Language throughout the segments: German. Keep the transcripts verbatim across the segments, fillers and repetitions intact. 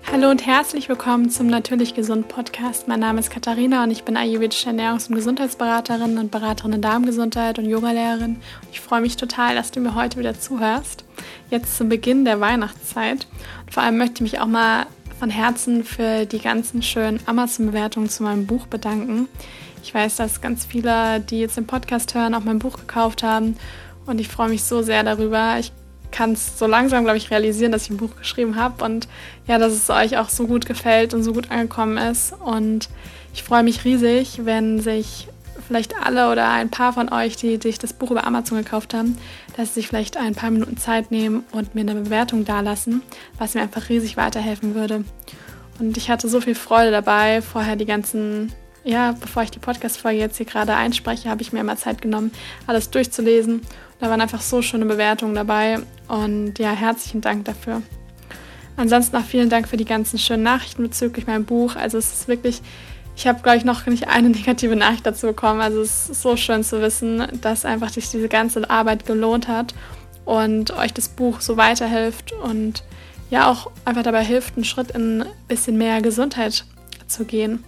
Hallo und herzlich willkommen zum Natürlich Gesund Podcast. Mein Name ist Katharina und ich bin ayurvedische Ernährungs- und Gesundheitsberaterin und Beraterin in Darmgesundheit und Yogalehrerin. Ich freue mich total, dass du mir heute wieder zuhörst, jetzt zum Beginn der Weihnachtszeit. Und vor allem möchte ich mich auch mal von Herzen für die ganzen schönen Amazon-Bewertungen zu meinem Buch bedanken. Ich weiß, dass ganz viele, die jetzt den Podcast hören, auch mein Buch gekauft haben und ich freue mich so sehr darüber. Ich kann es so langsam, glaube ich, realisieren, dass ich ein Buch geschrieben habe und ja, dass es euch auch so gut gefällt und so gut angekommen ist. Und ich freue mich riesig, wenn sich vielleicht alle oder ein paar von euch, die sich das Buch über Amazon gekauft haben, dass sie sich vielleicht ein paar Minuten Zeit nehmen und mir eine Bewertung dalassen, was mir einfach riesig weiterhelfen würde. Und ich hatte so viel Freude dabei, vorher die ganzen, ja, bevor ich die Podcast-Folge jetzt hier gerade einspreche, habe ich mir immer Zeit genommen, alles durchzulesen. Da waren einfach so schöne Bewertungen dabei und ja, herzlichen Dank dafür. Ansonsten auch vielen Dank für die ganzen schönen Nachrichten bezüglich meinem Buch. Also es ist wirklich, ich habe glaube ich noch nicht eine negative Nachricht dazu bekommen. Also es ist so schön zu wissen, dass einfach sich diese ganze Arbeit gelohnt hat und euch das Buch so weiterhilft und ja auch einfach dabei hilft, einen Schritt in ein bisschen mehr Gesundheit zu gehen.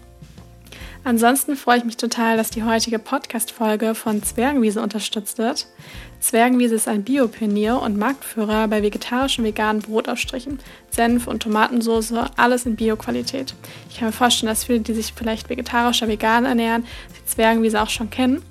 Ansonsten freue ich mich total, dass die heutige Podcast-Folge von Zwergenwiese unterstützt wird. Zwergenwiese ist ein Bio-Pionier und Marktführer bei vegetarischen veganen Brotaufstrichen, Senf und Tomatensauce, alles in Bio-Qualität. Ich kann mir vorstellen, dass viele, die sich vielleicht vegetarisch oder vegan ernähren, die Zwergenwiese auch schon kennen.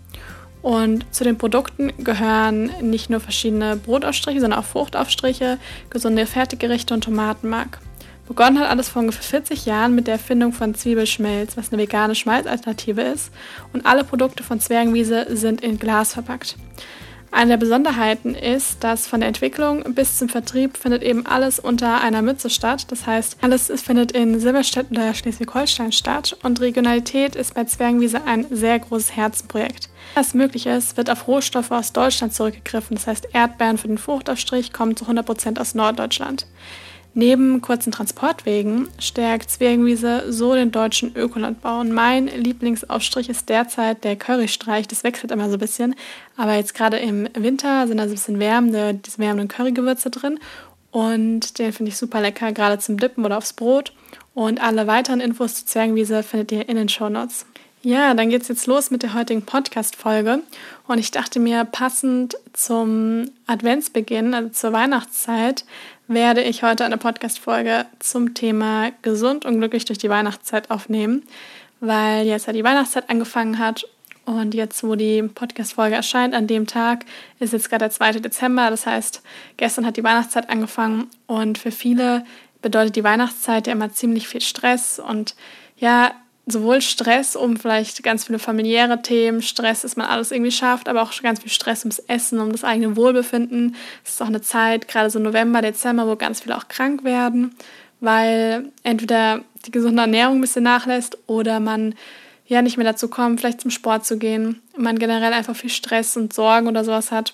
Und zu den Produkten gehören nicht nur verschiedene Brotaufstriche, sondern auch Fruchtaufstriche, gesunde Fertiggerichte und Tomatenmark. Begonnen hat alles vor ungefähr vierzig Jahren mit der Erfindung von Zwiebelschmelz, was eine vegane Schmalzalternative ist. Und alle Produkte von Zwergenwiese sind in Glas verpackt. Eine der Besonderheiten ist, dass von der Entwicklung bis zum Vertrieb findet eben alles unter einer Mütze statt. Das heißt, alles findet in Silberstedt oder Schleswig-Holstein statt und Regionalität ist bei Zwergenwiese ein sehr großes Herzenprojekt. Was möglich ist, wird auf Rohstoffe aus Deutschland zurückgegriffen. Das heißt, Erdbeeren für den Fruchtaufstrich kommen zu hundert Prozent aus Norddeutschland. Neben kurzen Transportwegen stärkt Zwergenwiese so den deutschen Ökolandbau. Und mein Lieblingsaufstrich ist derzeit der Currystreich. Das wechselt immer so ein bisschen. Aber jetzt gerade im Winter sind da so ein bisschen wärmende, diese wärmenden Currygewürze drin. Und den finde ich super lecker, gerade zum Dippen oder aufs Brot. Und alle weiteren Infos zu Zwergenwiese findet ihr in den Shownotes. Ja, dann geht's jetzt los mit der heutigen Podcast-Folge. Und ich dachte mir, passend zum Adventsbeginn, also zur Weihnachtszeit, werde ich heute eine Podcast-Folge zum Thema gesund und glücklich durch die Weihnachtszeit aufnehmen, weil jetzt ja die Weihnachtszeit angefangen hat und jetzt, wo die Podcast-Folge erscheint, an dem Tag, ist jetzt gerade der zweite Dezember, das heißt, gestern hat die Weihnachtszeit angefangen und für viele bedeutet die Weihnachtszeit ja immer ziemlich viel Stress und ja, sowohl Stress um vielleicht ganz viele familiäre Themen, Stress, dass man alles irgendwie schafft, aber auch ganz viel Stress ums Essen, um das eigene Wohlbefinden. Es ist auch eine Zeit, gerade so November, Dezember, wo ganz viele auch krank werden, weil entweder die gesunde Ernährung ein bisschen nachlässt oder man ja nicht mehr dazu kommt, vielleicht zum Sport zu gehen. Man generell einfach viel Stress und Sorgen oder sowas hat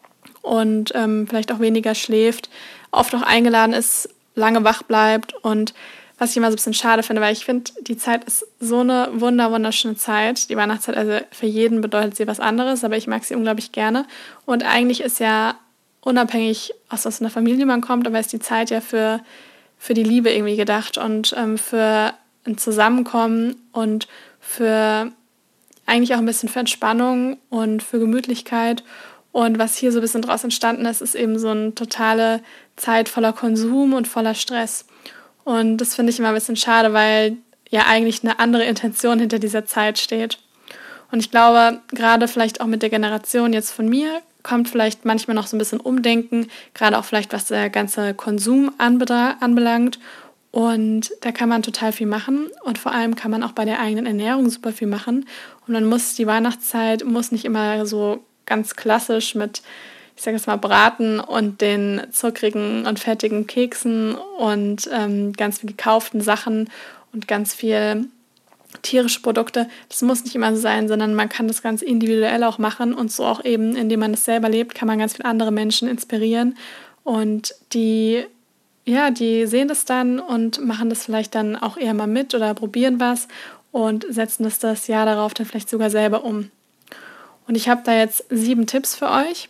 und ähm, vielleicht auch weniger schläft, oft auch eingeladen ist, lange wach bleibt und was ich immer so ein bisschen schade finde, weil ich finde, die Zeit ist so eine wunder wunderschöne Zeit. Die Weihnachtszeit, also für jeden bedeutet sie was anderes, aber ich mag sie unglaublich gerne. Und eigentlich ist ja unabhängig, aus was für einer Familie man kommt, aber ist die Zeit ja für, für die Liebe irgendwie gedacht und ähm, für ein Zusammenkommen und für eigentlich auch ein bisschen für Entspannung und für Gemütlichkeit. Und was hier so ein bisschen draus entstanden ist, ist eben so eine totale Zeit voller Konsum und voller Stress. Und das finde ich immer ein bisschen schade, weil ja eigentlich eine andere Intention hinter dieser Zeit steht. Und ich glaube, gerade vielleicht auch mit der Generation jetzt von mir, kommt vielleicht manchmal noch so ein bisschen Umdenken, gerade auch vielleicht was der ganze Konsum anbedra- anbelangt. Und da kann man total viel machen und vor allem kann man auch bei der eigenen Ernährung super viel machen. Und man muss die Weihnachtszeit, muss nicht immer so ganz klassisch mit, ich sage jetzt mal, Braten und den zuckrigen und fettigen Keksen und ähm, ganz viel gekauften Sachen und ganz viel tierische Produkte. Das muss nicht immer so sein, sondern man kann das ganz individuell auch machen und so auch eben, indem man es selber lebt, kann man ganz viele andere Menschen inspirieren und die, ja, die sehen das dann und machen das vielleicht dann auch eher mal mit oder probieren was und setzen das das Jahr darauf dann vielleicht sogar selber um. Und ich habe da jetzt sieben Tipps für euch,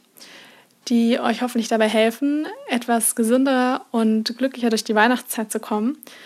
die euch hoffentlich dabei helfen, etwas gesünder und glücklicher durch die Weihnachtszeit zu kommen.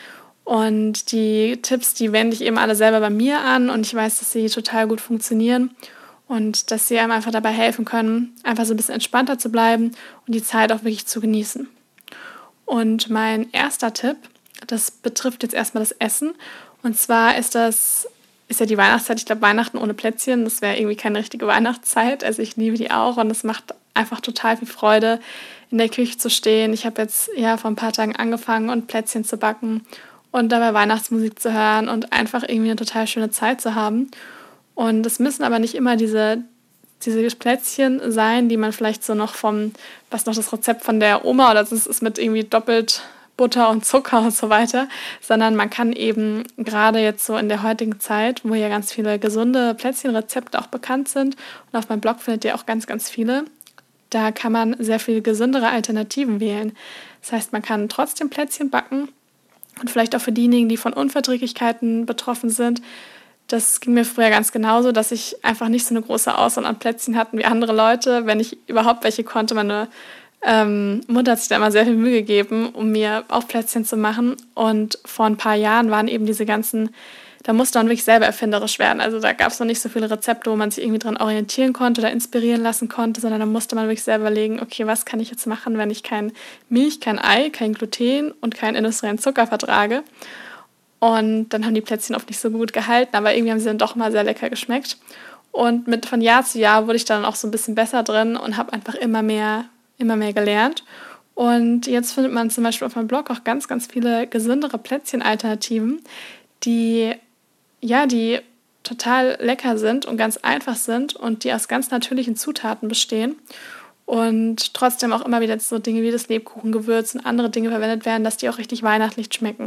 Und die Tipps, die wende ich eben alle selber bei mir an und ich weiß, dass sie total gut funktionieren und dass sie einem einfach dabei helfen können, einfach so ein bisschen entspannter zu bleiben und die Zeit auch wirklich zu genießen. Und mein erster Tipp, das betrifft jetzt erstmal das Essen. Und zwar ist das, ist ja die Weihnachtszeit, ich glaube Weihnachten ohne Plätzchen, das wäre irgendwie keine richtige Weihnachtszeit. Also ich liebe die auch und es macht einfach total viel Freude, in der Küche zu stehen. Ich habe jetzt ja vor ein paar Tagen angefangen und Plätzchen zu backen und dabei Weihnachtsmusik zu hören und einfach irgendwie eine total schöne Zeit zu haben. Und es müssen aber nicht immer diese, diese Plätzchen sein, die man vielleicht so noch vom, was noch das Rezept von der Oma oder das ist mit irgendwie doppelt Butter und Zucker und so weiter, sondern man kann eben gerade jetzt so in der heutigen Zeit, wo ja ganz viele gesunde Plätzchenrezepte auch bekannt sind und auf meinem Blog findet ihr auch ganz, ganz viele, da kann man sehr viel gesündere Alternativen wählen. Das heißt, man kann trotzdem Plätzchen backen und vielleicht auch für diejenigen, die von Unverträglichkeiten betroffen sind. Das ging mir früher ganz genauso, dass ich einfach nicht so eine große Auswahl an Plätzchen hatte wie andere Leute. Wenn ich überhaupt welche konnte, meine ähm, Mutter hat sich da immer sehr viel Mühe gegeben, um mir auch Plätzchen zu machen. Und vor ein paar Jahren waren eben diese ganzen, da musste man wirklich selber erfinderisch werden. Also da gab es noch nicht so viele Rezepte, wo man sich irgendwie dran orientieren konnte oder inspirieren lassen konnte, sondern da musste man wirklich selber überlegen, okay, was kann ich jetzt machen, wenn ich kein Milch, kein Ei, kein Gluten und keinen industriellen Zucker vertrage. Und dann haben die Plätzchen oft nicht so gut gehalten, aber irgendwie haben sie dann doch mal sehr lecker geschmeckt. Und mit von Jahr zu Jahr wurde ich dann auch so ein bisschen besser drin und habe einfach immer mehr, immer mehr gelernt. Und jetzt findet man zum Beispiel auf meinem Blog auch ganz, ganz viele gesündere Plätzchen-Alternativen, die ja, die total lecker sind und ganz einfach sind und die aus ganz natürlichen Zutaten bestehen und trotzdem auch immer wieder so Dinge wie das Lebkuchengewürz und andere Dinge verwendet werden, dass die auch richtig weihnachtlich schmecken.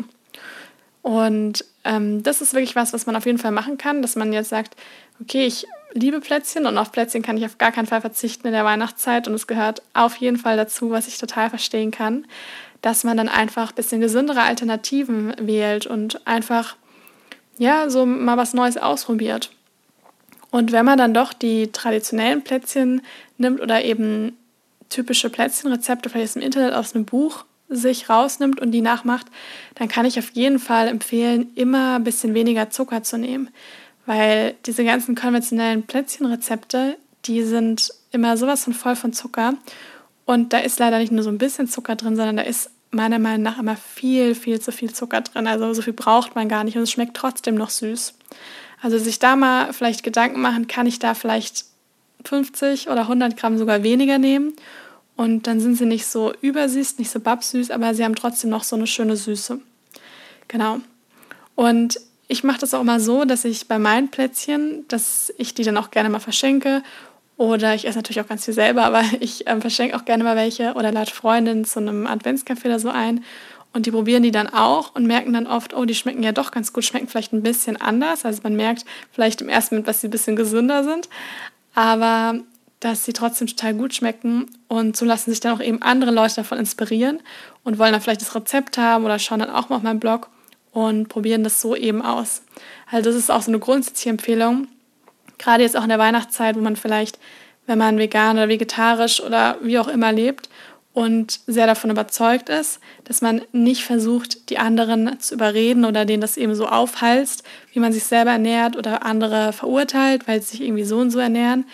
Und ähm, das ist wirklich was, was man auf jeden Fall machen kann, dass man jetzt sagt, okay, ich liebe Plätzchen und auf Plätzchen kann ich auf gar keinen Fall verzichten in der Weihnachtszeit und es gehört auf jeden Fall dazu, was ich total verstehen kann, dass man dann einfach ein bisschen gesündere Alternativen wählt und einfach ja, so mal was Neues ausprobiert. Und wenn man dann doch die traditionellen Plätzchen nimmt oder eben typische Plätzchenrezepte, vielleicht aus dem Internet, aus einem Buch sich rausnimmt und die nachmacht, dann kann ich auf jeden Fall empfehlen, immer ein bisschen weniger Zucker zu nehmen. Weil diese ganzen konventionellen Plätzchenrezepte, die sind immer sowas von voll von Zucker. Und da ist leider nicht nur so ein bisschen Zucker drin, sondern da ist meiner Meinung nach immer viel, viel zu viel Zucker drin. Also so viel braucht man gar nicht und es schmeckt trotzdem noch süß. Also sich da mal vielleicht Gedanken machen, kann ich da vielleicht fünfzig oder hundert Gramm sogar weniger nehmen und dann sind sie nicht so übersüß, nicht so babsüß, aber sie haben trotzdem noch so eine schöne Süße. Genau. Und ich mache das auch immer so, dass ich bei meinen Plätzchen, dass ich die dann auch gerne mal verschenke. Oder ich esse natürlich auch ganz viel selber, aber ich ähm, verschenke auch gerne mal welche oder lade Freundinnen zu einem Adventscafé oder so ein. Und die probieren die dann auch und merken dann oft, oh, die schmecken ja doch ganz gut, schmecken vielleicht ein bisschen anders. Also man merkt vielleicht im ersten Moment, dass sie ein bisschen gesünder sind, aber dass sie trotzdem total gut schmecken. Und so lassen sich dann auch eben andere Leute davon inspirieren und wollen dann vielleicht das Rezept haben oder schauen dann auch mal auf meinen Blog und probieren das so eben aus. Also das ist auch so eine grundsätzliche Empfehlung. Gerade jetzt auch in der Weihnachtszeit, wo man vielleicht, wenn man vegan oder vegetarisch oder wie auch immer lebt und sehr davon überzeugt ist, dass man nicht versucht, die anderen zu überreden oder denen das eben so aufhalst, wie man sich selber ernährt oder andere verurteilt, weil sie sich irgendwie so und so ernähren.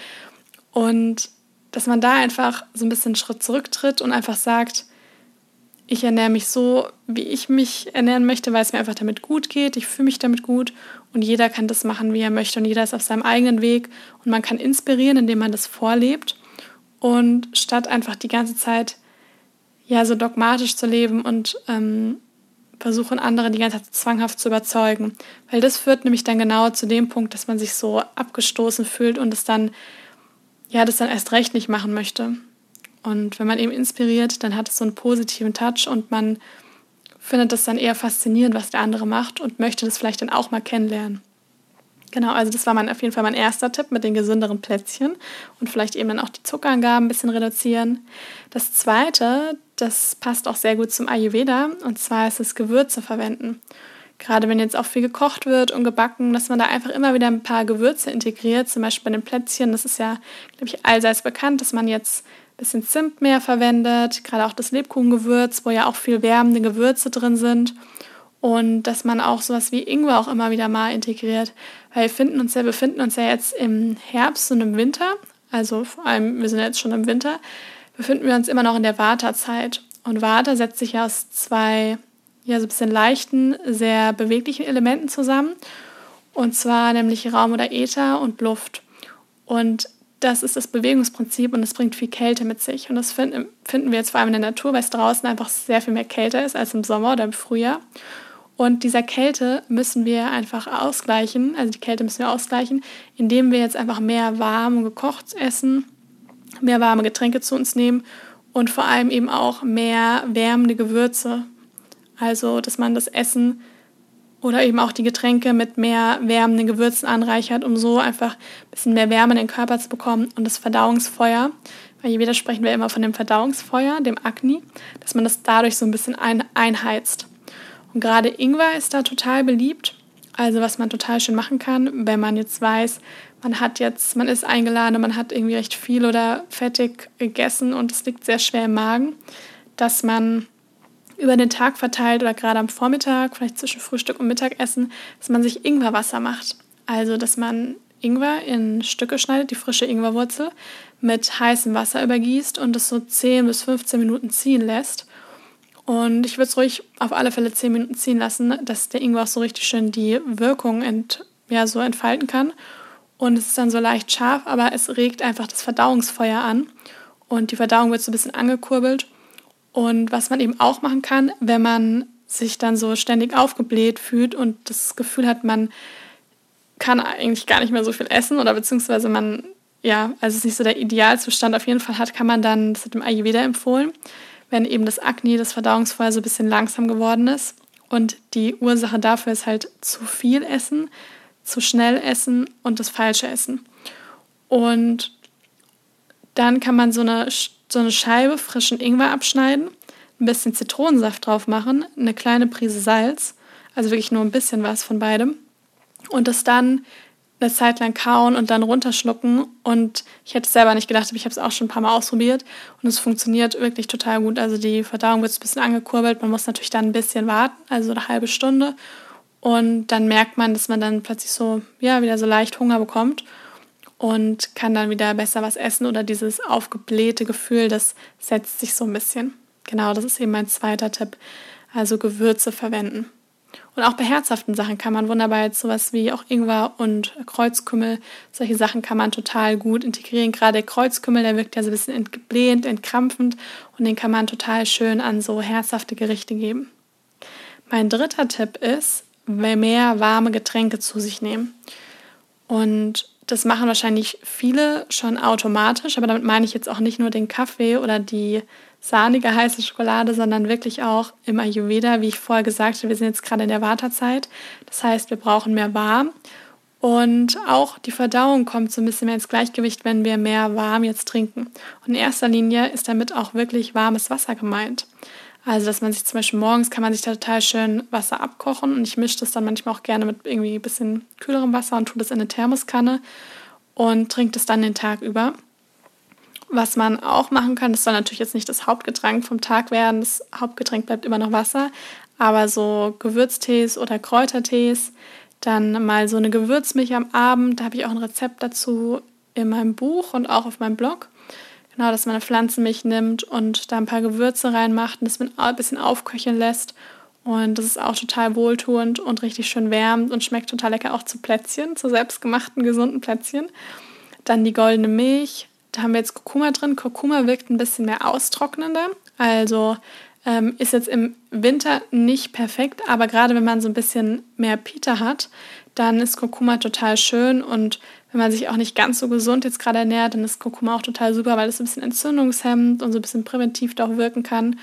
Und dass man da einfach so ein bisschen einen Schritt zurücktritt und einfach sagt, ich ernähre mich so, wie ich mich ernähren möchte, weil es mir einfach damit gut geht. Ich fühle mich damit gut und jeder kann das machen, wie er möchte und jeder ist auf seinem eigenen Weg und man kann inspirieren, indem man das vorlebt und statt einfach die ganze Zeit ja so dogmatisch zu leben und ähm, versuchen, andere die ganze Zeit zwanghaft zu überzeugen. Weil das führt nämlich dann genau zu dem Punkt, dass man sich so abgestoßen fühlt und es dann, ja, das dann erst recht nicht machen möchte. Und wenn man eben inspiriert, dann hat es so einen positiven Touch und man findet das dann eher faszinierend, was der andere macht und möchte das vielleicht dann auch mal kennenlernen. Genau, also das war mein, auf jeden Fall mein erster Tipp mit den gesünderen Plätzchen und vielleicht eben dann auch die Zuckerangaben ein bisschen reduzieren. Das zweite, das passt auch sehr gut zum Ayurveda und zwar ist es Gewürze verwenden. Gerade wenn jetzt auch viel gekocht wird und gebacken, dass man da einfach immer wieder ein paar Gewürze integriert, zum Beispiel bei den Plätzchen. Das ist ja, glaube ich, allseits bekannt, dass man jetzt ein bisschen Zimt mehr verwendet, gerade auch das Lebkuchengewürz, wo ja auch viel wärmende Gewürze drin sind. Und dass man auch sowas wie Ingwer auch immer wieder mal integriert. Weil wir finden uns ja, befinden uns ja jetzt im Herbst und im Winter, also vor allem, wir sind jetzt schon im Winter, befinden wir uns immer noch in der Vata-Zeit. Und Vata setzt sich ja aus zwei, ja, so ein bisschen leichten, sehr beweglichen Elementen zusammen. Und zwar nämlich Raum oder Äther und Luft. Und das ist das Bewegungsprinzip und es bringt viel Kälte mit sich. Und das finden, finden wir jetzt vor allem in der Natur, weil es draußen einfach sehr viel mehr kälter ist als im Sommer oder im Frühjahr. Und dieser Kälte müssen wir einfach ausgleichen, also die Kälte müssen wir ausgleichen, indem wir jetzt einfach mehr warm und gekocht essen, mehr warme Getränke zu uns nehmen und vor allem eben auch mehr wärmende Gewürze. Also, dass man das Essen oder eben auch die Getränke mit mehr wärmenden Gewürzen anreichert, um so einfach ein bisschen mehr Wärme in den Körper zu bekommen. Und das Verdauungsfeuer, weil hier wieder sprechen wir immer von dem Verdauungsfeuer, dem Agni, dass man das dadurch so ein bisschen ein, einheizt. Und gerade Ingwer ist da total beliebt. Also was man total schön machen kann, wenn man jetzt weiß, man hat jetzt, man ist eingeladen, man hat irgendwie recht viel oder fettig gegessen und es liegt sehr schwer im Magen, dass man über den Tag verteilt oder gerade am Vormittag, vielleicht zwischen Frühstück und Mittagessen, dass man sich Ingwerwasser macht. Also dass man Ingwer in Stücke schneidet, die frische Ingwerwurzel, mit heißem Wasser übergießt und es so zehn bis fünfzehn Minuten ziehen lässt. Und ich würde es ruhig auf alle Fälle zehn Minuten ziehen lassen, dass der Ingwer auch so richtig schön die Wirkung ent, ja, so entfalten kann. Und es ist dann so leicht scharf, aber es regt einfach das Verdauungsfeuer an. Und die Verdauung wird so ein bisschen angekurbelt. Und was man eben auch machen kann, wenn man sich dann so ständig aufgebläht fühlt und das Gefühl hat, man kann eigentlich gar nicht mehr so viel essen oder beziehungsweise man, ja, also es ist nicht so der Idealzustand auf jeden Fall hat, kann man dann, das hat dem Ayurveda empfohlen, wenn eben das Agni, das Verdauungsfeuer so ein bisschen langsam geworden ist. Und die Ursache dafür ist halt zu viel Essen, zu schnell essen und das falsche Essen. Und dann kann man so eine, so eine Scheibe frischen Ingwer abschneiden, ein bisschen Zitronensaft drauf machen, eine kleine Prise Salz, also wirklich nur ein bisschen was von beidem. Und das dann eine Zeit lang kauen und dann runterschlucken. Und ich hätte es selber nicht gedacht, aber ich habe es auch schon ein paar Mal ausprobiert. Und es funktioniert wirklich total gut. Also die Verdauung wird ein bisschen angekurbelt. Man muss natürlich dann ein bisschen warten, also eine halbe Stunde. Und dann merkt man, dass man dann plötzlich so, ja, wieder so leicht Hunger bekommt und kann dann wieder besser was essen. Oder dieses aufgeblähte Gefühl, das setzt sich so ein bisschen. Genau, das ist eben mein zweiter Tipp. Also Gewürze verwenden. Und auch bei herzhaften Sachen kann man wunderbar jetzt sowas wie auch Ingwer und Kreuzkümmel, solche Sachen kann man total gut integrieren. Gerade der Kreuzkümmel, der wirkt ja so ein bisschen entblähend, entkrampfend und den kann man total schön an so herzhafte Gerichte geben. Mein dritter Tipp ist, mehr warme Getränke zu sich nehmen. Und das machen wahrscheinlich viele schon automatisch, aber damit meine ich jetzt auch nicht nur den Kaffee oder die sahnige heiße Schokolade, sondern wirklich auch im Ayurveda, wie ich vorher gesagt habe, wir sind jetzt gerade in der Vata-Zeit. Das heißt, wir brauchen mehr warm und auch die Verdauung kommt so ein bisschen mehr ins Gleichgewicht, wenn wir mehr warm jetzt trinken. Und in erster Linie ist damit auch wirklich warmes Wasser gemeint. Also, dass man sich zum Beispiel morgens kann man sich da total schön Wasser abkochen und ich mische das dann manchmal auch gerne mit irgendwie ein bisschen kühlerem Wasser und tue das in eine Thermoskanne und trinke das dann den Tag über. Was man auch machen kann, das soll natürlich jetzt nicht das Hauptgetränk vom Tag werden, das Hauptgetränk bleibt immer noch Wasser, aber so Gewürztees oder Kräutertees, dann mal so eine Gewürzmilch am Abend, da habe ich auch ein Rezept dazu in meinem Buch und auch auf meinem Blog. Genau, dass man eine Pflanzenmilch nimmt und da ein paar Gewürze reinmacht und das ein bisschen aufköcheln lässt. Und das ist auch total wohltuend und richtig schön wärmend und schmeckt total lecker auch zu Plätzchen, zu selbstgemachten, gesunden Plätzchen. Dann die goldene Milch. Da haben wir jetzt Kurkuma drin. Kurkuma wirkt ein bisschen mehr austrocknender. Also ähm, ist jetzt im Winter nicht perfekt, aber gerade wenn man so ein bisschen mehr Pitta hat, dann ist Kurkuma total schön. Und wenn man sich auch nicht ganz so gesund jetzt gerade ernährt, dann ist Kurkuma auch total super, weil es ein bisschen entzündungshemmend und so ein bisschen präventiv da auch wirken kann.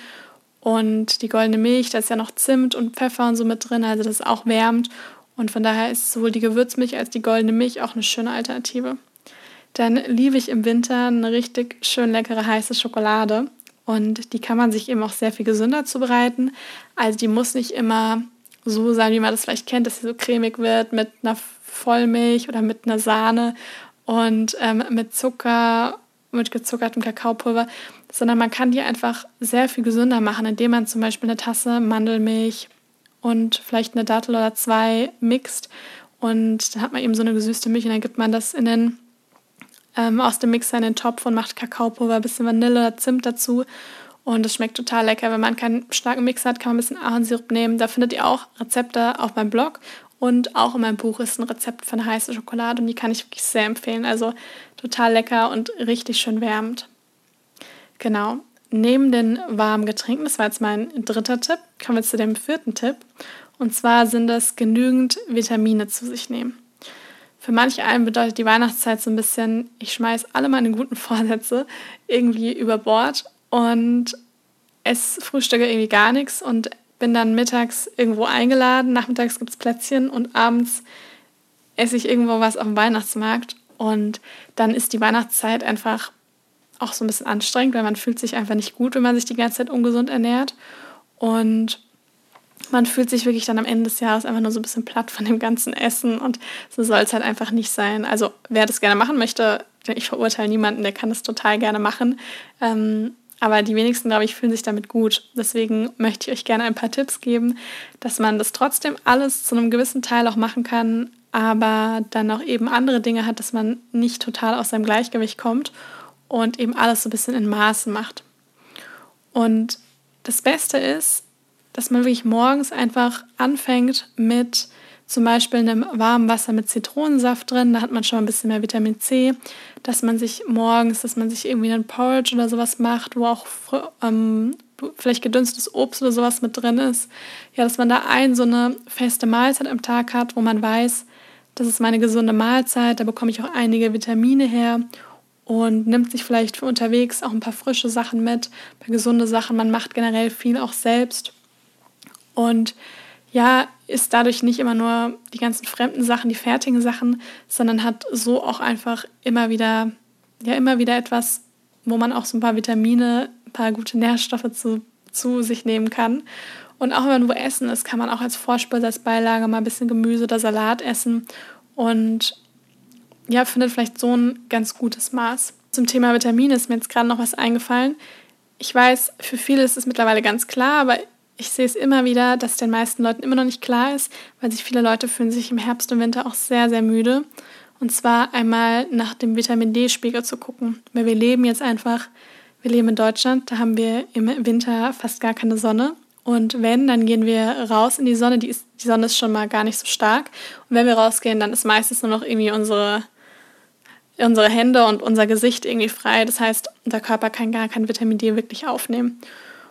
Und die goldene Milch, da ist ja noch Zimt und Pfeffer und so mit drin, also das ist auch wärmend. Und von daher ist sowohl die Gewürzmilch als die goldene Milch auch eine schöne Alternative. Dann liebe ich im Winter eine richtig schön leckere heiße Schokolade. Und die kann man sich eben auch sehr viel gesünder zubereiten. Also die muss nicht immer so sein, wie man das vielleicht kennt, dass sie so cremig wird mit einer Vollmilch oder mit einer Sahne und ähm, mit Zucker, mit gezuckertem Kakaopulver, sondern man kann die einfach sehr viel gesünder machen, indem man zum Beispiel eine Tasse Mandelmilch und vielleicht eine Dattel oder zwei mixt. Und dann hat man eben so eine gesüßte Milch und dann gibt man das in den, ähm, aus dem Mixer in den Topf und macht Kakaopulver, ein bisschen Vanille oder Zimt dazu. Und das schmeckt total lecker. Wenn man keinen starken Mix hat, kann man ein bisschen Ahornsirup nehmen. Da findet ihr auch Rezepte auf meinem Blog. Und auch in meinem Buch ist ein Rezept für eine heiße Schokolade und die kann ich wirklich sehr empfehlen. Also total lecker und richtig schön wärmend. Genau. Neben den warmen Getränken, das war jetzt mein dritter Tipp, kommen wir zu dem vierten Tipp. Und zwar sind das genügend Vitamine zu sich nehmen. Für manch einen bedeutet die Weihnachtszeit so ein bisschen, ich schmeiß alle meine guten Vorsätze irgendwie über Bord und esse frühstücke irgendwie gar nichts und bin dann mittags irgendwo eingeladen, nachmittags gibt es Plätzchen und abends esse ich irgendwo was auf dem Weihnachtsmarkt. Und dann ist die Weihnachtszeit einfach auch so ein bisschen anstrengend, weil man fühlt sich einfach nicht gut, wenn man sich die ganze Zeit ungesund ernährt. Und man fühlt sich wirklich dann am Ende des Jahres einfach nur so ein bisschen platt von dem ganzen Essen. Und so soll es halt einfach nicht sein. Also wer das gerne machen möchte, ich verurteile niemanden, der kann das total gerne machen. Ähm, aber die wenigsten, glaube ich, fühlen sich damit gut. Deswegen möchte ich euch gerne ein paar Tipps geben, dass man das trotzdem alles zu einem gewissen Teil auch machen kann, aber dann auch eben andere Dinge hat, dass man nicht total aus seinem Gleichgewicht kommt und eben alles so ein bisschen in Maßen macht. Und das Beste ist, dass man wirklich morgens einfach anfängt mit zum Beispiel einem warmen Wasser mit Zitronensaft drin, da hat man schon ein bisschen mehr Vitamin C, dass man sich morgens, dass man sich irgendwie einen Porridge oder sowas macht, wo auch ähm, vielleicht gedünstetes Obst oder sowas mit drin ist. Ja, dass man da ein so eine feste Mahlzeit am Tag hat, wo man weiß, das ist meine gesunde Mahlzeit, da bekomme ich auch einige Vitamine her und nimmt sich vielleicht für unterwegs auch ein paar frische Sachen mit, ein paar gesunde Sachen. Man macht generell viel auch selbst und ja, ist dadurch nicht immer nur die ganzen fremden Sachen, die fertigen Sachen, sondern hat so auch einfach immer wieder, ja, immer wieder etwas, wo man auch so ein paar Vitamine, ein paar gute Nährstoffe zu, zu sich nehmen kann. Und auch wenn man wo essen ist, kann man auch als Vorspeise, als Beilage mal ein bisschen Gemüse oder Salat essen und ja, findet vielleicht so ein ganz gutes Maß. Zum Thema Vitamine ist mir jetzt gerade noch was eingefallen. Ich weiß, für viele ist es mittlerweile ganz klar, aber ich sehe es immer wieder, dass den meisten Leuten immer noch nicht klar ist, weil sich viele Leute fühlen sich im Herbst und Winter auch sehr, sehr müde. Und zwar einmal nach dem Vitamin-D-Spiegel zu gucken. Weil wir leben jetzt einfach, wir leben in Deutschland, da haben wir im Winter fast gar keine Sonne. Und wenn, dann gehen wir raus in die Sonne. Die, ist, die Sonne ist schon mal gar nicht so stark. Und wenn wir rausgehen, dann ist meistens nur noch irgendwie unsere, unsere Hände und unser Gesicht irgendwie frei. Das heißt, unser Körper kann gar kein Vitamin D wirklich aufnehmen.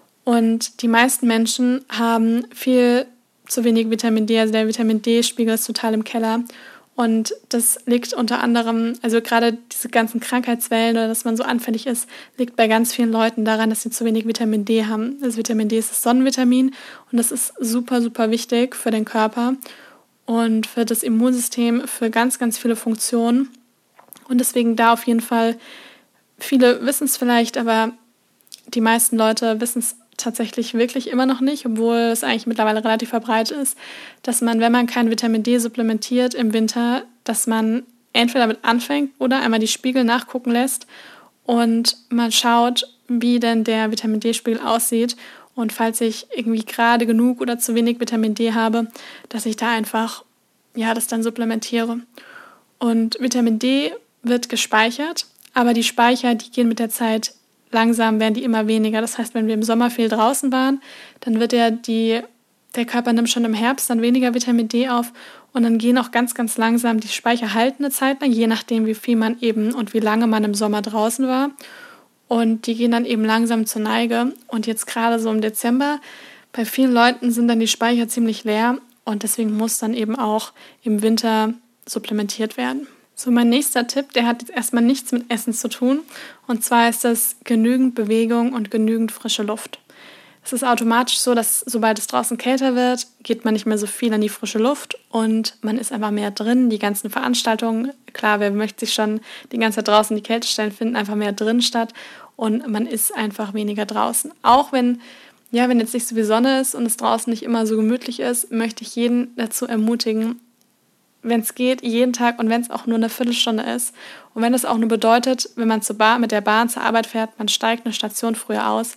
Und die meisten Menschen haben viel zu wenig Vitamin D, also der Vitamin-D-Spiegel ist total im Keller. Und das liegt unter anderem, also gerade diese ganzen Krankheitswellen oder dass man so anfällig ist, liegt bei ganz vielen Leuten daran, dass sie zu wenig Vitamin D haben. Das Vitamin D ist das Sonnenvitamin und das ist super, super wichtig für den Körper und für das Immunsystem, für ganz, ganz viele Funktionen. Und deswegen da auf jeden Fall, viele wissen es vielleicht, aber die meisten Leute wissen es tatsächlich wirklich immer noch nicht, obwohl es eigentlich mittlerweile relativ verbreitet ist, dass man, wenn man kein Vitamin D supplementiert im Winter, dass man entweder damit anfängt oder einmal die Spiegel nachgucken lässt und man schaut, wie denn der Vitamin D-Spiegel aussieht und falls ich irgendwie gerade genug oder zu wenig Vitamin D habe, dass ich da einfach, ja, das dann supplementiere. Und Vitamin D wird gespeichert, aber die Speicher, die gehen mit der Zeit langsam, werden die immer weniger. Das heißt, wenn wir im Sommer viel draußen waren, dann wird ja die, der Körper nimmt schon im Herbst dann weniger Vitamin D auf und dann gehen auch ganz, ganz langsam die Speicher halten eine Zeit lang, je nachdem, wie viel man eben und wie lange man im Sommer draußen war. Und die gehen dann eben langsam zur Neige. Und jetzt gerade so im Dezember, bei vielen Leuten sind dann die Speicher ziemlich leer und deswegen muss dann eben auch im Winter supplementiert werden. So, mein nächster Tipp, der hat jetzt erstmal nichts mit Essen zu tun. Und zwar ist das genügend Bewegung und genügend frische Luft. Es ist automatisch so, dass sobald es draußen kälter wird, geht man nicht mehr so viel an die frische Luft und man ist einfach mehr drin. Die ganzen Veranstaltungen, klar, wer möchte sich schon die ganze Zeit draußen in die Kälte stellen, finden einfach mehr drin statt und man ist einfach weniger draußen. Auch wenn, ja, wenn jetzt nicht so viel Sonne ist und es draußen nicht immer so gemütlich ist, möchte ich jeden dazu ermutigen, wenn es geht, jeden Tag und wenn es auch nur eine Viertelstunde ist. Und wenn das auch nur bedeutet, wenn man zur Bahn, mit der Bahn zur Arbeit fährt, man steigt eine Station früher aus,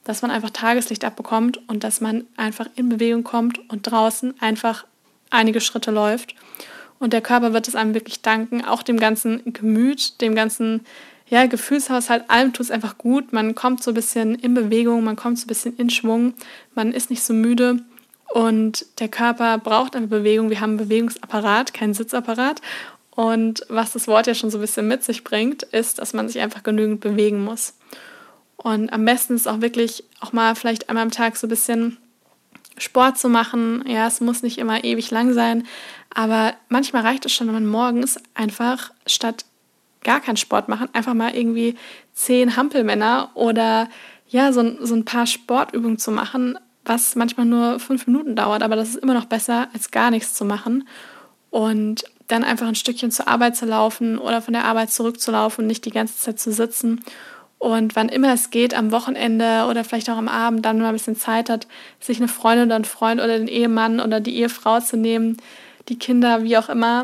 dass man einfach Tageslicht abbekommt und dass man einfach in Bewegung kommt und draußen einfach einige Schritte läuft. Und der Körper wird es einem wirklich danken, auch dem ganzen Gemüt, dem ganzen ja, Gefühlshaushalt, allem tut es einfach gut. Man kommt so ein bisschen in Bewegung, man kommt so ein bisschen in Schwung, man ist nicht so müde und der Körper braucht eine Bewegung. Wir haben einen Bewegungsapparat, keinen Sitzapparat. Und was das Wort ja schon so ein bisschen mit sich bringt, ist, dass man sich einfach genügend bewegen muss. Und am besten ist auch wirklich auch mal vielleicht einmal am Tag so ein bisschen Sport zu machen. Ja, es muss nicht immer ewig lang sein, aber manchmal reicht es schon, wenn man morgens einfach statt gar keinen Sport machen, einfach mal irgendwie zehn Hampelmänner oder ja, so, so ein paar Sportübungen zu machen, was manchmal nur fünf Minuten dauert, aber das ist immer noch besser, als gar nichts zu machen. Und dann einfach ein Stückchen zur Arbeit zu laufen oder von der Arbeit zurückzulaufen und nicht die ganze Zeit zu sitzen. Und wann immer es geht, am Wochenende oder vielleicht auch am Abend, dann mal ein bisschen Zeit hat, sich eine Freundin oder einen Freund oder den Ehemann oder die Ehefrau zu nehmen, die Kinder, wie auch immer,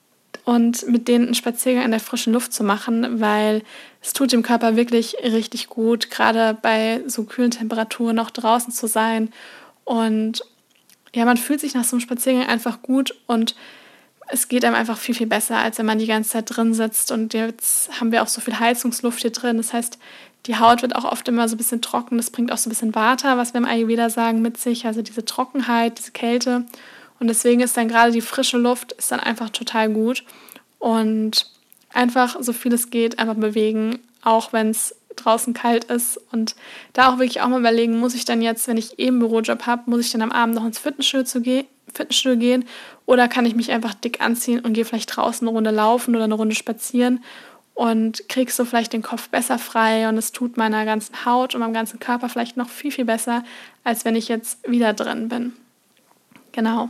und mit denen einen Spaziergang in der frischen Luft zu machen, weil es tut dem Körper wirklich richtig gut, gerade bei so kühlen Temperaturen auch draußen zu sein. Und ja, man fühlt sich nach so einem Spaziergang einfach gut und es geht einem einfach viel, viel besser, als wenn man die ganze Zeit drin sitzt. Und jetzt haben wir auch so viel Heizungsluft hier drin. Das heißt, die Haut wird auch oft immer so ein bisschen trocken. Das bringt auch so ein bisschen Vata, was wir im Ayurveda sagen, mit sich. Also diese Trockenheit, diese Kälte. Und deswegen ist dann gerade die frische Luft ist dann einfach total gut. Und einfach so viel es geht, einfach bewegen, auch wenn es draußen kalt ist. Und da auch wirklich auch mal überlegen, muss ich dann jetzt, wenn ich eben einen Bürojob habe, muss ich dann am Abend noch ins Fitnessstudio, zu ge- Fitnessstudio gehen? Oder kann ich mich einfach dick anziehen und gehe vielleicht draußen eine Runde laufen oder eine Runde spazieren und kriege so vielleicht den Kopf besser frei und es tut meiner ganzen Haut und meinem ganzen Körper vielleicht noch viel, viel besser, als wenn ich jetzt wieder drin bin. Genau.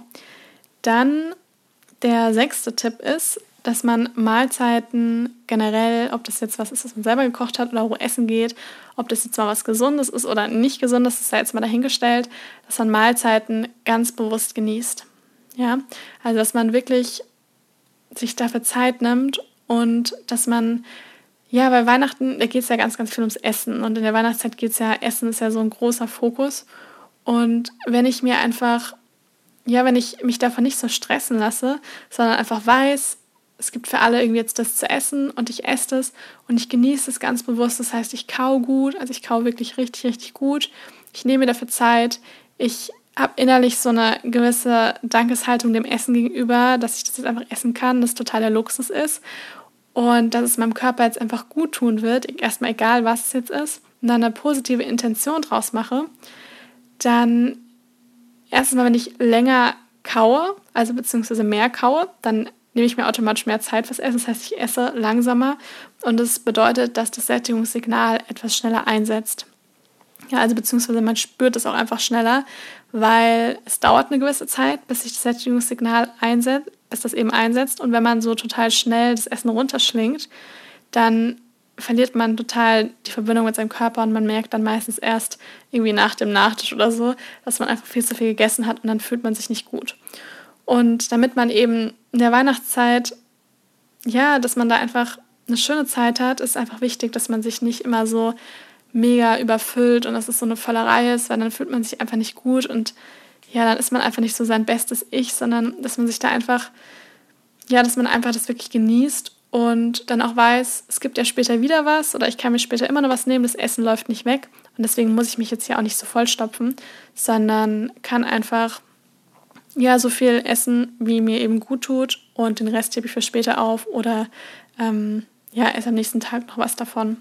Dann der sechste Tipp ist, dass man Mahlzeiten generell, ob das jetzt was ist, was man selber gekocht hat oder wo Essen geht, ob das jetzt mal was Gesundes ist oder nicht Gesundes, das ist ja jetzt mal dahingestellt, dass man Mahlzeiten ganz bewusst genießt. Ja, also dass man wirklich sich dafür Zeit nimmt und dass man, ja, bei Weihnachten, da geht es ja ganz, ganz viel ums Essen und in der Weihnachtszeit geht es ja, Essen ist ja so ein großer Fokus und wenn ich mir einfach, ja, wenn ich mich davon nicht so stressen lasse, sondern einfach weiß, es gibt für alle irgendwie jetzt das zu essen und ich esse das und ich genieße es ganz bewusst. Das heißt, ich kau gut, also ich kau wirklich richtig, richtig gut. Ich nehme mir dafür Zeit. Ich habe innerlich so eine gewisse Dankeshaltung dem Essen gegenüber, dass ich das jetzt einfach essen kann, das total der Luxus ist und dass es meinem Körper jetzt einfach gut tun wird, erstmal egal, was es jetzt ist, und dann eine positive Intention draus mache, dann erstens mal, wenn ich länger kaue, also beziehungsweise mehr kaue, dann nehme ich mir automatisch mehr Zeit fürs Essen. Das heißt, ich esse langsamer und das bedeutet, dass das Sättigungssignal etwas schneller einsetzt. Ja, also beziehungsweise man spürt es auch einfach schneller, weil es dauert eine gewisse Zeit, bis sich das Sättigungssignal einsetzt, bis das eben einsetzt. Und wenn man so total schnell das Essen runterschlingt, dann verliert man total die Verbindung mit seinem Körper und man merkt dann meistens erst irgendwie nach dem Nachtisch oder so, dass man einfach viel zu viel gegessen hat und dann fühlt man sich nicht gut. Und damit man eben in der Weihnachtszeit, ja, dass man da einfach eine schöne Zeit hat, ist einfach wichtig, dass man sich nicht immer so mega überfüllt und dass es so eine Vollerei ist, weil dann fühlt man sich einfach nicht gut und ja, dann ist man einfach nicht so sein bestes Ich, sondern dass man sich da einfach, ja, dass man einfach das wirklich genießt und dann auch weiß, es gibt ja später wieder was oder ich kann mir später immer noch was nehmen, das Essen läuft nicht weg und deswegen muss ich mich jetzt hier auch nicht so vollstopfen, sondern kann einfach ja, so viel essen, wie mir eben gut tut und den Rest hebe ich für später auf oder ähm, ja, esse am nächsten Tag noch was davon.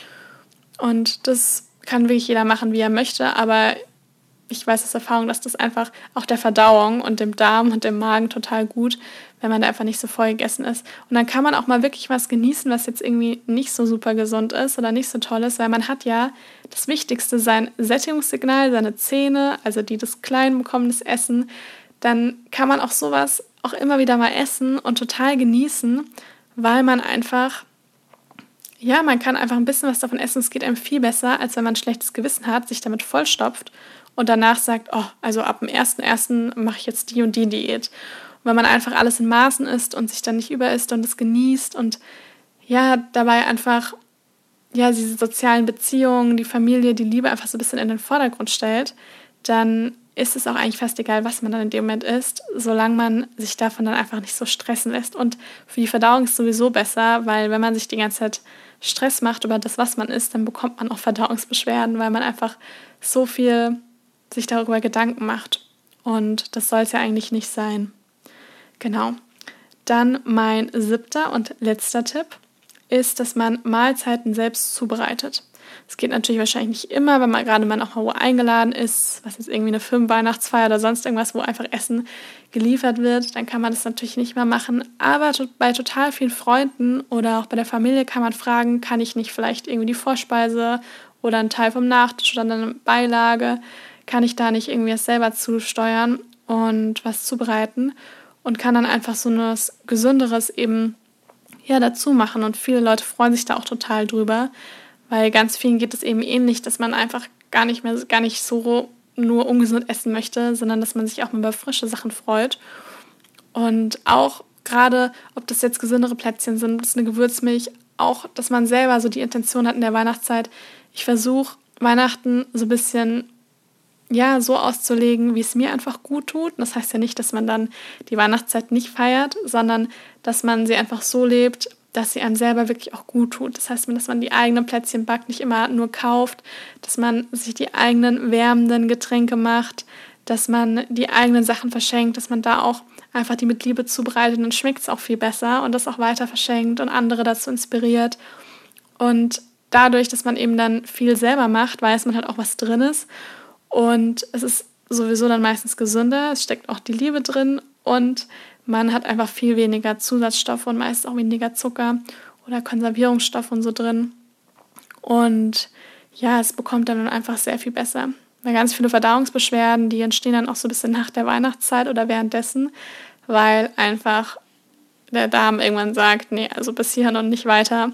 Und das kann wirklich jeder machen, wie er möchte, aber ich weiß aus Erfahrung, dass das einfach auch der Verdauung und dem Darm und dem Magen total gut, wenn man da einfach nicht so voll gegessen ist. Und dann kann man auch mal wirklich was genießen, was jetzt irgendwie nicht so super gesund ist oder nicht so toll ist, weil man hat ja das Wichtigste, sein Sättigungssignal, seine Zähne, also die das klein bekommen, das Essen. Dann kann man auch sowas auch immer wieder mal essen und total genießen, weil man einfach, ja, man kann einfach ein bisschen was davon essen. Es geht einem viel besser, als wenn man ein schlechtes Gewissen hat, sich damit vollstopft und danach sagt, oh, also ab dem ersten ersten mache ich jetzt die und die Diät. Und wenn man einfach alles in Maßen isst und sich dann nicht überisst und es genießt und ja, dabei einfach ja, diese sozialen Beziehungen, die Familie, die Liebe einfach so ein bisschen in den Vordergrund stellt, dann ist es auch eigentlich fast egal, was man dann in dem Moment isst, solange man sich davon dann einfach nicht so stressen lässt. Und für die Verdauung ist es sowieso besser, weil wenn man sich die ganze Zeit Stress macht über das, was man isst, dann bekommt man auch Verdauungsbeschwerden, weil man einfach so viel sich darüber Gedanken macht. Und das soll es ja eigentlich nicht sein. Genau. Dann mein siebter und letzter Tipp ist, dass man Mahlzeiten selbst zubereitet. Es geht natürlich wahrscheinlich nicht immer, wenn man gerade mal auch mal wo eingeladen ist, was jetzt irgendwie eine Firmenweihnachtsfeier oder sonst irgendwas, wo einfach Essen geliefert wird, dann kann man das natürlich nicht mehr machen. Aber bei total vielen Freunden oder auch bei der Familie kann man fragen, kann ich nicht vielleicht irgendwie die Vorspeise oder einen Teil vom Nachtisch oder eine Beilage, kann ich da nicht irgendwie was selber zusteuern und was zubereiten und kann dann einfach so etwas Gesünderes eben ja, dazu machen. Und viele Leute freuen sich da auch total drüber, weil ganz vielen geht es eben ähnlich, dass man einfach gar nicht mehr, gar nicht so nur ungesund essen möchte, sondern dass man sich auch mal über frische Sachen freut. Und auch gerade, ob das jetzt gesündere Plätzchen sind, das ist eine Gewürzmilch, auch, dass man selber so die Intention hat in der Weihnachtszeit. Ich versuche, Weihnachten so ein bisschen ja, so auszulegen, wie es mir einfach gut tut. Und das heißt ja nicht, dass man dann die Weihnachtszeit nicht feiert, sondern dass man sie einfach so lebt, dass sie einem selber wirklich auch gut tut. Das heißt, dass man die eigenen Plätzchen backt, nicht immer nur kauft, dass man sich die eigenen wärmenden Getränke macht, dass man die eigenen Sachen verschenkt, dass man da auch einfach die mit Liebe zubereitet und dann schmeckt es auch viel besser und das auch weiter verschenkt und andere dazu inspiriert. Und dadurch, dass man eben dann viel selber macht, weiß man halt auch, was drin ist. Und es ist sowieso dann meistens gesünder, es steckt auch die Liebe drin und man hat einfach viel weniger Zusatzstoffe und meistens auch weniger Zucker oder Konservierungsstoffe und so drin. Und ja, es bekommt dann einfach sehr viel besser. Weil ganz viele Verdauungsbeschwerden, die entstehen dann auch so ein bisschen nach der Weihnachtszeit oder währenddessen, weil einfach der Darm irgendwann sagt, nee, also bis hierhin und nicht weiter.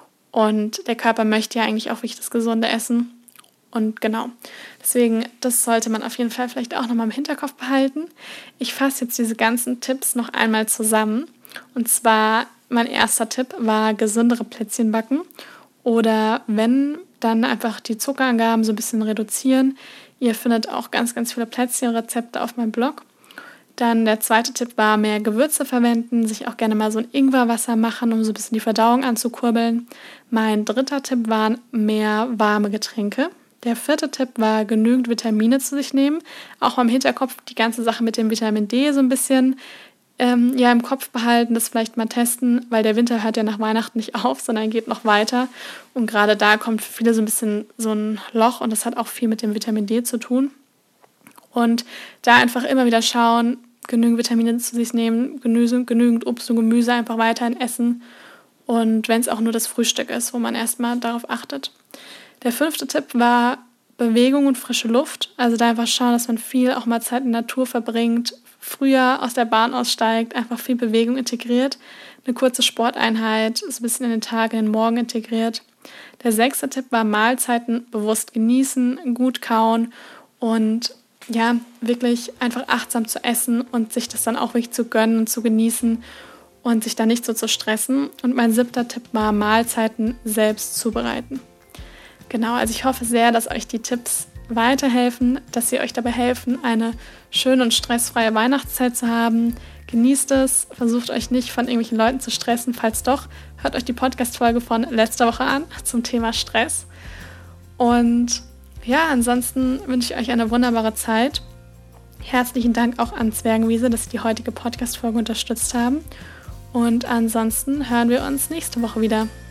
Und der Körper möchte ja eigentlich auch wirklich das gesunde Essen. Und genau, deswegen, das sollte man auf jeden Fall vielleicht auch nochmal im Hinterkopf behalten. Ich fasse jetzt diese ganzen Tipps noch einmal zusammen. Und zwar, mein erster Tipp war gesündere Plätzchen backen. Oder wenn, dann einfach die Zuckerangaben so ein bisschen reduzieren. Ihr findet auch ganz, ganz viele Plätzchenrezepte auf meinem Blog. Dann der zweite Tipp war, mehr Gewürze verwenden, sich auch gerne mal so ein Ingwerwasser machen, um so ein bisschen die Verdauung anzukurbeln. Mein dritter Tipp waren mehr warme Getränke. Der vierte Tipp war, genügend Vitamine zu sich nehmen. Auch mal im Hinterkopf die ganze Sache mit dem Vitamin D so ein bisschen ähm, ja, im Kopf behalten, das vielleicht mal testen, weil der Winter hört ja nach Weihnachten nicht auf, sondern geht noch weiter. Und gerade da kommt für viele so ein bisschen so ein Loch und das hat auch viel mit dem Vitamin D zu tun. Und da einfach immer wieder schauen, genügend Vitamine zu sich nehmen, genügend, genügend Obst und Gemüse einfach weiterhin essen. Und wenn es auch nur das Frühstück ist, wo man erstmal darauf achtet. Der fünfte Tipp war Bewegung und frische Luft. Also da einfach schauen, dass man viel auch mal Zeit in der Natur verbringt, früher aus der Bahn aussteigt, einfach viel Bewegung integriert, eine kurze Sporteinheit, so ein bisschen in den Tag, in den Morgen integriert. Der sechste Tipp war Mahlzeiten bewusst genießen, gut kauen und ja, wirklich einfach achtsam zu essen und sich das dann auch wirklich zu gönnen und zu genießen und sich da nicht so zu stressen. Und mein siebter Tipp war Mahlzeiten selbst zubereiten. Genau, also ich hoffe sehr, dass euch die Tipps weiterhelfen, dass sie euch dabei helfen, eine schöne und stressfreie Weihnachtszeit zu haben. Genießt es, versucht euch nicht von irgendwelchen Leuten zu stressen. Falls doch, hört euch die Podcast-Folge von letzter Woche an zum Thema Stress. Und ja, ansonsten wünsche ich euch eine wunderbare Zeit. Herzlichen Dank auch an Zwergenwiese, dass sie die heutige Podcast-Folge unterstützt haben. Und ansonsten hören wir uns nächste Woche wieder.